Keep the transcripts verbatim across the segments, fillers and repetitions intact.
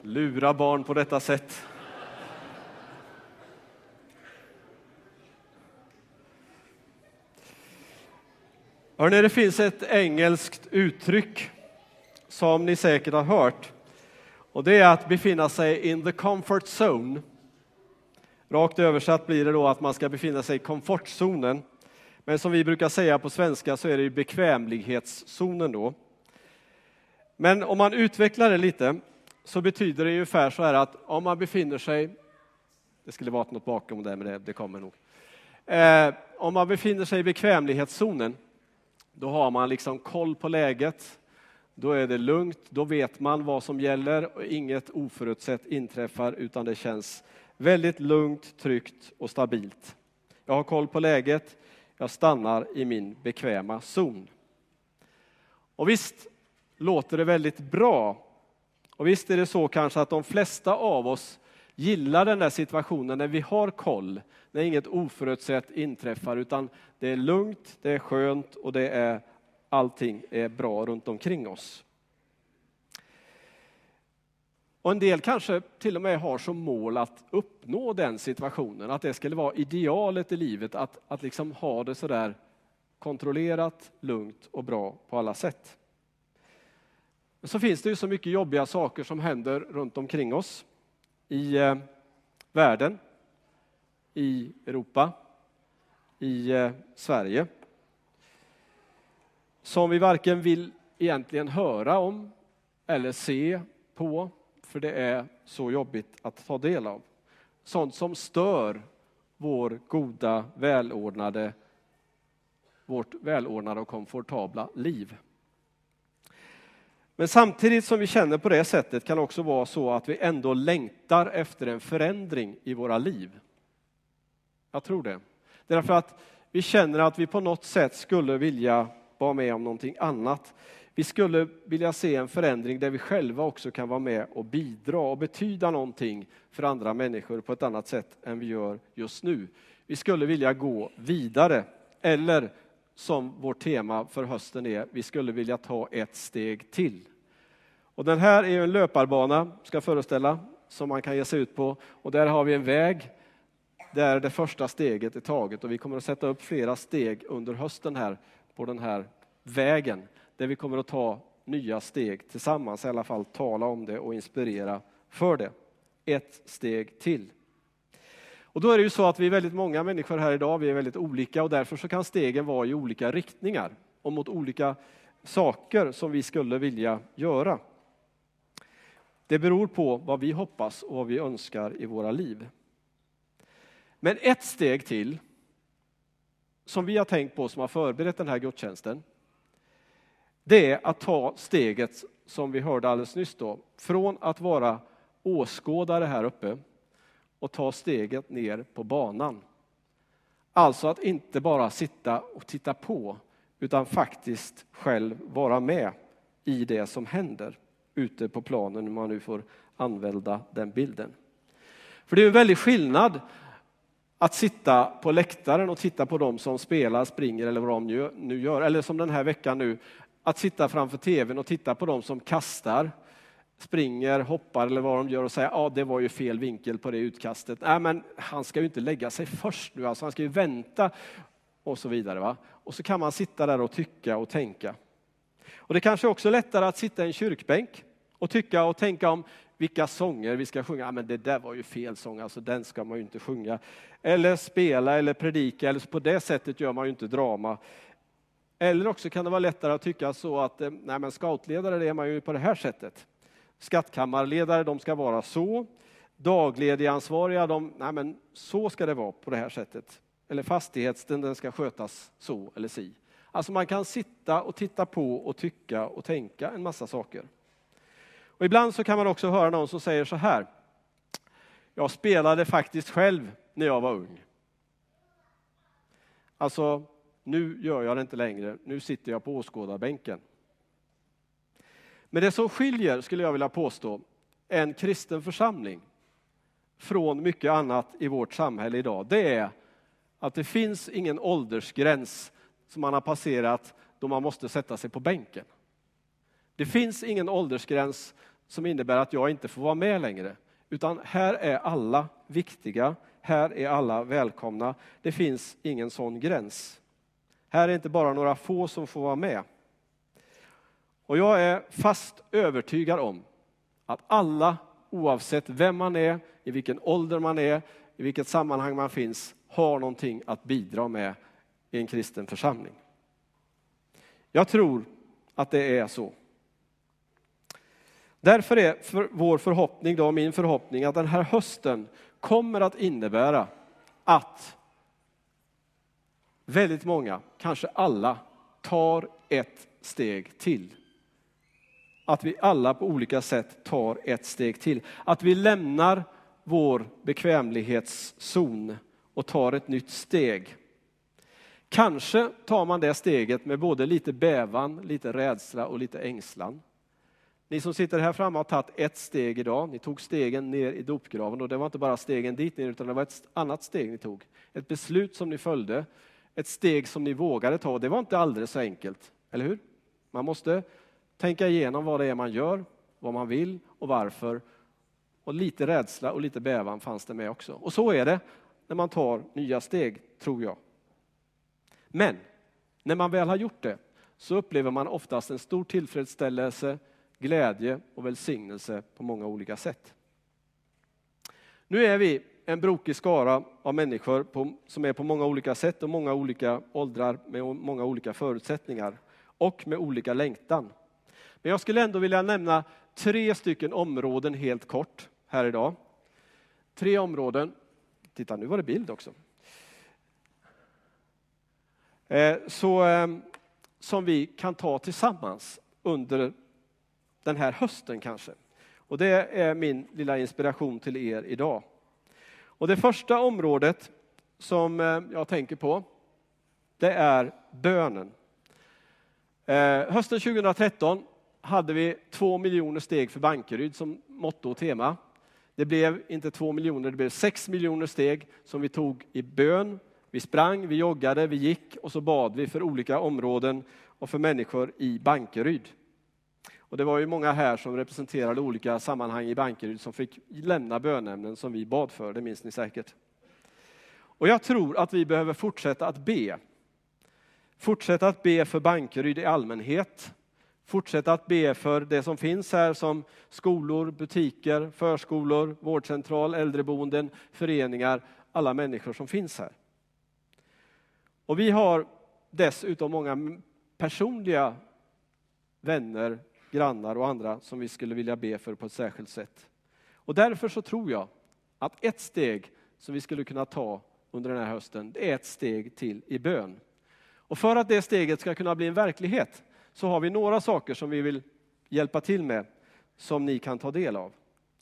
lura barn på detta sätt. Hörrni, det finns ett engelskt uttryck som ni säkert har hört. Och det är att befinna sig in the comfort zone. Rakt översatt blir det då att man ska befinna sig i komfortzonen. Men som vi brukar säga på svenska så är det ju bekvämlighetszonen då. Men om man utvecklar det lite så betyder det ungefär så här att om man befinner sig, det skulle vara något bakom det men det, det kommer nog. Eh, om man befinner sig i bekvämlighetszonen, då har man liksom koll på läget. Då är det lugnt, då vet man vad som gäller och inget oförutsett inträffar utan det känns väldigt lugnt, tryggt och stabilt. Jag har koll på läget, jag stannar i min bekväma zon. Och visst låter det väldigt bra. Och visst är det så kanske att de flesta av oss gillar den där situationen när vi har koll, när inget oförutsett inträffar utan det är lugnt, det är skönt och det är allting är bra runt omkring oss. Och en del kanske till och med har som mål att uppnå den situationen, att det skulle vara idealet i livet, att, att liksom ha det så där kontrollerat, lugnt och bra på alla sätt. Men så finns det ju så mycket jobbiga saker som händer runt omkring oss i eh, världen, i Europa, i eh, Sverige. Som vi varken vill egentligen höra om eller se på, för det är så jobbigt att ta del av. Sånt som stör vår goda, välordnade, vårt välordnade och komfortabla liv. Men samtidigt som vi känner på det sättet kan det också vara så att vi ändå längtar efter en förändring i våra liv. Jag tror det. Det är därför att vi känner att vi på något sätt skulle vilja vara med om någonting annat. Vi skulle vilja se en förändring där vi själva också kan vara med och bidra och betyda någonting för andra människor på ett annat sätt än vi gör just nu. Vi skulle vilja gå vidare, eller som vårt tema för hösten är, vi skulle vilja ta ett steg till. Och den här är ju en löparbana, ska föreställa, som man kan ge sig ut på. Och där har vi en väg där det första steget är taget. Och vi kommer att sätta upp flera steg under hösten här på den här vägen. Där vi kommer att ta nya steg tillsammans, i alla fall tala om det och inspirera för det. Ett steg till. Och då är det ju så att vi är väldigt många människor här idag, vi är väldigt olika och därför så kan stegen vara i olika riktningar och mot olika saker som vi skulle vilja göra. Det beror på vad vi hoppas och vad vi önskar i våra liv. Men ett steg till som vi har tänkt på som har förberett den här gudstjänsten, det är att ta steget som vi hörde alldeles nyss då, från att vara åskådare här uppe och ta steget ner på banan. Alltså att inte bara sitta och titta på utan faktiskt själv vara med i det som händer ute på planen, när man nu får använda den bilden. För det är en väldig skillnad att sitta på läktaren och titta på dem som spelar, springer eller vad de nu gör. Eller som den här veckan nu, att sitta framför tvn och titta på dem som kastar, springer, hoppar eller vad de gör och säger ja, det var ju fel vinkel på det utkastet. Nej, men han ska ju inte lägga sig först nu, alltså han ska ju vänta och så vidare. Va? Och så kan man sitta där och tycka och tänka. Och det kanske också är lättare att sitta i en kyrkbänk och tycka och tänka om vilka sånger vi ska sjunga. Ja, men det där var ju fel sång, alltså den ska man ju inte sjunga. Eller spela eller predika, eller på det sättet gör man ju inte drama. Eller också kan det vara lättare att tycka så att nej, men scoutledare det är man ju på det här sättet. Skattkammarledare, de ska vara så. Dagledigansvariga, de, nej men så ska det vara på det här sättet. Eller fastigheten, den ska skötas så eller si. Alltså man kan sitta och titta på och tycka och tänka en massa saker. Och ibland så kan man också höra någon som säger så här. Jag spelade faktiskt själv när jag var ung. Alltså, nu gör jag det inte längre. Nu sitter jag på åskådarbänken. Men det som skiljer, skulle jag vilja påstå, en kristen församling från mycket annat i vårt samhälle idag, det är att det finns ingen åldersgräns som man har passerat då man måste sätta sig på bänken. Det finns ingen åldersgräns som innebär att jag inte får vara med längre. Utan här är alla viktiga, här är alla välkomna. Det finns ingen sån gräns. Här är inte bara några få som får vara med. Och jag är fast övertygad om att alla, oavsett vem man är, i vilken ålder man är, i vilket sammanhang man finns, har någonting att bidra med i en kristen församling. Jag tror att det är så. Därför är för vår förhoppning, då, min förhoppning, att den här hösten kommer att innebära att väldigt många, kanske alla, tar ett steg till. Att vi alla på olika sätt tar ett steg till. Att vi lämnar vår bekvämlighetszon och tar ett nytt steg. Kanske tar man det steget med både lite bävan, lite rädsla och lite ängslan. Ni som sitter här framme har tagit ett steg idag. Ni tog stegen ner i dopgraven, och det var inte bara stegen dit ner, utan det var ett annat steg ni tog. Ett beslut som ni följde, ett steg som ni vågade ta. Det var inte alldeles så enkelt, eller hur? Man måste tänka igenom vad det är man gör, vad man vill och varför. Och lite rädsla och lite bävan fanns det med också. Och så är det när man tar nya steg, tror jag. Men när man väl har gjort det så upplever man oftast en stor tillfredsställelse, glädje och välsignelse på många olika sätt. Nu är vi en brokig skara av människor på, som är på många olika sätt och många olika åldrar med många olika förutsättningar och med olika längtan. Men jag skulle ändå vilja nämna tre stycken områden helt kort här idag. Tre områden. Titta, nu var det bild också. Eh, så eh, som vi kan ta tillsammans under den här hösten kanske. Och det är min lilla inspiration till er idag. Och det första området som eh, jag tänker på, det är bönen. Eh, hösten tjugohundratretton hade vi två miljoner steg för Bankeryd som motto och tema. Det blev inte två miljoner, det blev sex miljoner steg som vi tog i bön. Vi sprang, vi joggade, vi gick och så bad vi för olika områden och för människor i Bankeryd. Och det var ju många här som representerade olika sammanhang i Bankeryd som fick lämna bönämnen som vi bad för, det minns ni säkert. Och jag tror att vi behöver fortsätta att be. Fortsätta att be för Bankeryd i allmänhet. Fortsätta att be för det som finns här som skolor, butiker, förskolor, vårdcentral, äldreboenden, föreningar, alla människor som finns här. Och vi har dessutom många personliga vänner, grannar och andra som vi skulle vilja be för på ett särskilt sätt. Och därför så tror jag att ett steg som vi skulle kunna ta under den här hösten, det är ett steg till i bön. Och för att det steget ska kunna bli en verklighet så har vi några saker som vi vill hjälpa till med som ni kan ta del av.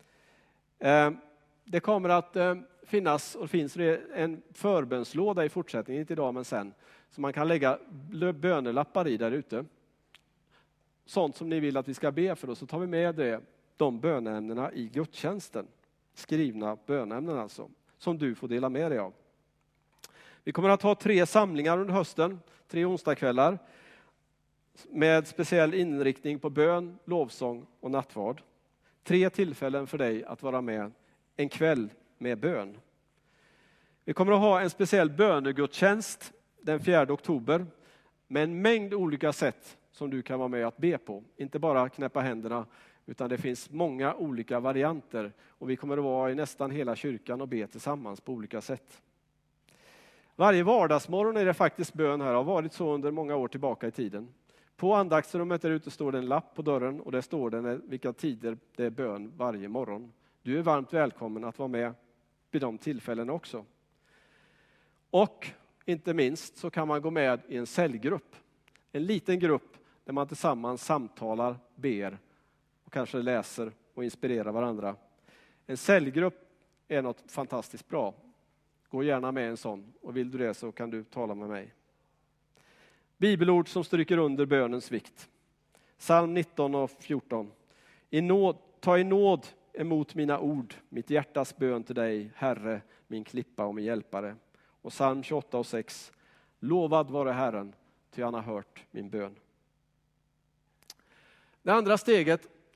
Det kommer att finnas och finns en förbönslåda i fortsättningen, inte idag men sen, som man kan lägga bönelappar i där ute. Sånt som ni vill att vi ska be för, och så tar vi med det, de bönämnena i gudstjänsten. Skrivna bönämnen alltså, som du får dela med dig av. Vi kommer att ha tre samlingar under hösten, tre onsdagskvällar, med speciell inriktning på bön, lovsång och nattvard. Tre tillfällen för dig att vara med en kväll med bön. Vi kommer att ha en speciell bönegudstjänst den fjärde oktober med en mängd olika sätt som du kan vara med att be på. Inte bara knäppa händerna, utan det finns många olika varianter. Och vi kommer att vara i nästan hela kyrkan och be tillsammans på olika sätt. Varje vardagsmorgon är det faktiskt bön här. Det har varit så under många år tillbaka i tiden. På andaktsrummet där ute står det en lapp på dörren och där står det vilka tider det är bön varje morgon. Du är varmt välkommen att vara med vid de tillfällen också. Och inte minst så kan man gå med i en cellgrupp. En liten grupp där man tillsammans samtalar, ber och kanske läser och inspirerar varandra. En cellgrupp är något fantastiskt bra. Gå gärna med en sån, och vill du det så kan du tala med mig. Bibelord som stryker under bönens vikt. Psalm nitton och fjorton. I nåd, ta i nåd emot mina ord, mitt hjärtas bön till dig, Herre, min klippa och min hjälpare. Och psalm tjugoåtta och sex. Lovad vare Herren, ty han har hört min bön. Det andra steget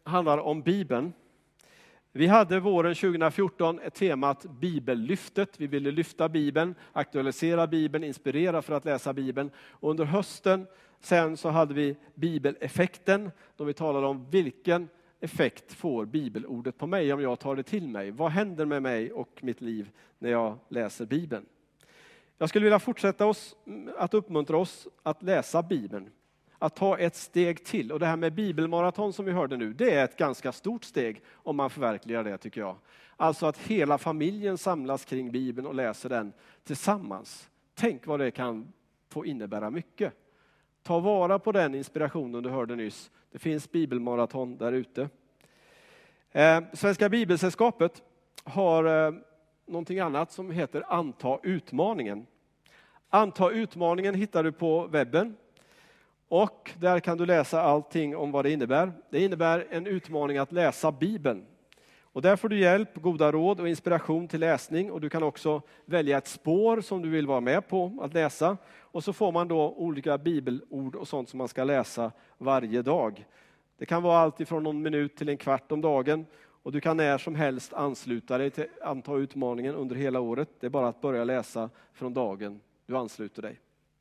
handlar om Bibeln. Vi hade våren tjugohundrafjorton ett temat Bibellyftet. Vi ville lyfta Bibeln, aktualisera Bibeln, inspirera för att läsa Bibeln. Och under hösten sen så hade vi Bibeleffekten, då vi talade om vilken effekt får bibelordet på mig om jag tar det till mig. Vad händer med mig och mitt liv när jag läser Bibeln? Jag skulle vilja fortsätta oss, att uppmuntra oss att läsa Bibeln. Att ta ett steg till. Och det här med bibelmaraton som vi hörde nu, det är ett ganska stort steg om man förverkligar det, tycker jag. Alltså att hela familjen samlas kring Bibeln och läser den tillsammans. Tänk vad det kan få innebära mycket. Ta vara på den inspirationen du hörde nyss. Det finns bibelmaraton där ute. Eh, Svenska Bibelsällskapet har eh, någonting annat som heter Anta utmaningen. Anta utmaningen hittar du på webben. Och där kan du läsa allting om vad det innebär. Det innebär en utmaning att läsa Bibeln. Och där får du hjälp, goda råd och inspiration till läsning. Och du kan också välja ett spår som du vill vara med på att läsa. Och så får man då olika bibelord och sånt som man ska läsa varje dag. Det kan vara allt ifrån någon minut till en kvart om dagen. Och du kan när som helst ansluta dig till anta utmaningen under hela året. Det är bara att börja läsa från dagen du ansluter dig.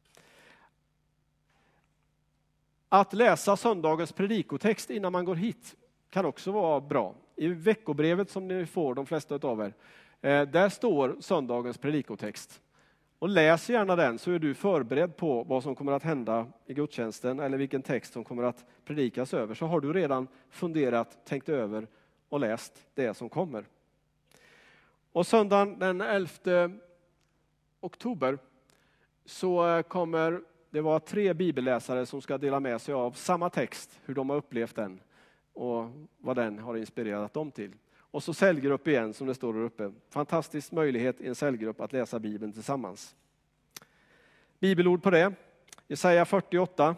Att läsa söndagens predikotext innan man går hit kan också vara bra. I veckobrevet som ni får, de flesta av er, där står söndagens predikotext. Och läs gärna den så är du förberedd på vad som kommer att hända i gudstjänsten eller vilken text som kommer att predikas över. Så har du redan funderat, tänkt över och läst det som kommer. Och söndagen den elfte oktober så kommer det vara tre bibelläsare som ska dela med sig av samma text, hur de har upplevt den och vad den har inspirerat dem till. Och så cellgrupp igen som det står där uppe. Fantastisk möjlighet i en cellgrupp att läsa Bibeln tillsammans. Bibelord på det. Jesaja fyrtioåtta.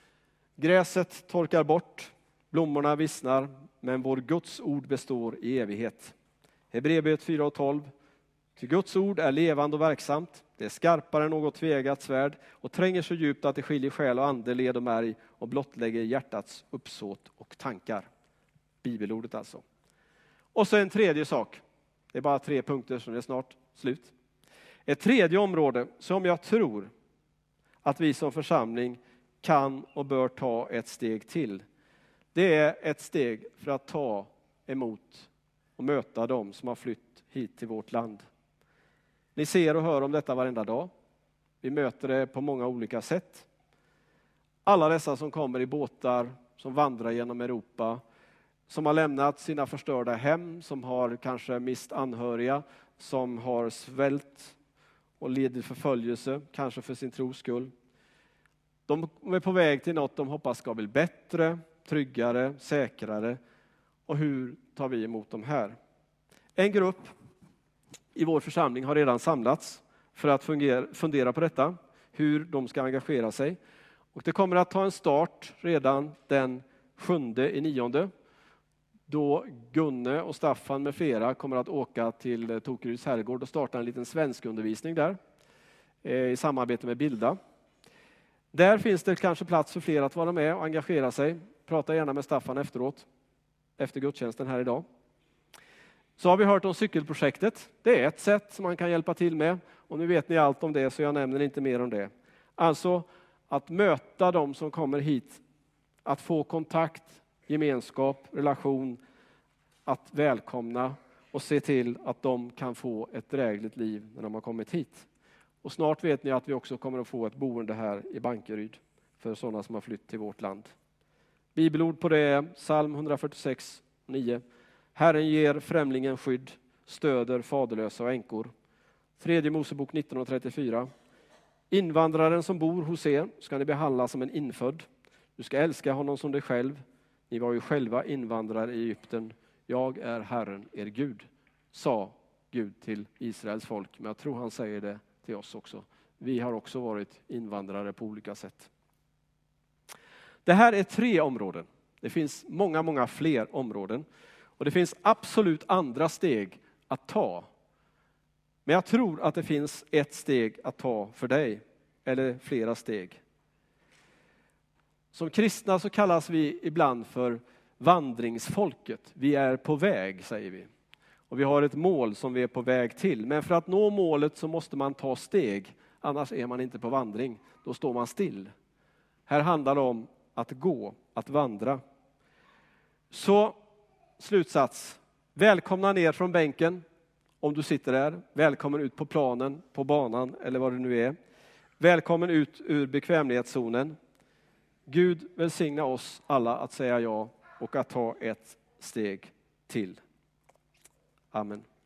Gräset torkar bort, blommorna vissnar, men vår Guds ord består i evighet. Hebreerbrevet fyra och tolv. Ty Guds ord är levande och verksamt. Det är skarpare än något tveeggat svärd och tränger så djupt att det skiljer själ och ande, led och märg och blottlägger hjärtats uppsåt och tankar. Bibelordet alltså. Och så en tredje sak. Det är bara tre punkter så det är snart slut. Ett tredje område som jag tror att vi som församling kan och bör ta ett steg till. Det är ett steg för att ta emot och möta dem som har flytt hit till vårt land. Ni ser och hör om detta varenda dag. Vi möter det på många olika sätt. Alla dessa som kommer i båtar, som vandrar genom Europa, som har lämnat sina förstörda hem, som har kanske mist anhöriga, som har svält och lidit förföljelse, kanske för sin tros skull. De är på väg till något de hoppas ska bli bättre, tryggare, säkrare. Och hur tar vi emot dem här? En grupp i vår församling har redan samlats för att fungera, fundera på detta, hur de ska engagera sig. Och det kommer att ta en start redan den sjunde i nionde, då Gunne och Staffan med flera kommer att åka till Tokeryds herrgård och starta en liten svenskundervisning där i samarbete med Bilda. Där finns det kanske plats för fler att vara med och engagera sig. Prata gärna med Staffan efteråt, efter gudstjänsten här idag. Så har vi hört om cykelprojektet. Det är ett sätt som man kan hjälpa till med. Och nu vet ni allt om det så jag nämner inte mer om det. Alltså att möta de som kommer hit. Att få kontakt, gemenskap, relation. Att välkomna och se till att de kan få ett drägligt liv när de har kommit hit. Och snart vet ni att vi också kommer att få ett boende här i Bankeryd för sådana som har flytt till vårt land. Bibelord på det är psalm hundrafyrtiosex nio. Herren ger främlingen skydd, stöder faderlösa och änkor. Tredje Mosebok nitton och trettiofyra. Invandraren som bor hos er ska ni behandla som en infödd. Du ska älska honom som dig själv. Ni var ju själva invandrare i Egypten. Jag är Herren, er Gud, sa Gud till Israels folk. Men jag tror han säger det till oss också. Vi har också varit invandrare på olika sätt. Det här är tre områden. Det finns många, många fler områden. Och det finns absolut andra steg att ta. Men jag tror att det finns ett steg att ta för dig. Eller flera steg. Som kristna så kallas vi ibland för vandringsfolket. Vi är på väg, säger vi. Och vi har ett mål som vi är på väg till. Men för att nå målet så måste man ta steg. Annars är man inte på vandring. Då står man still. Här handlar det om att gå, att vandra. Så slutsats. Välkomna ner från bänken om du sitter där. Välkommen ut på planen, på banan eller vad det nu är. Välkommen ut ur bekvämlighetszonen. Gud välsigna oss alla att säga ja och att ta ett steg till. Amen.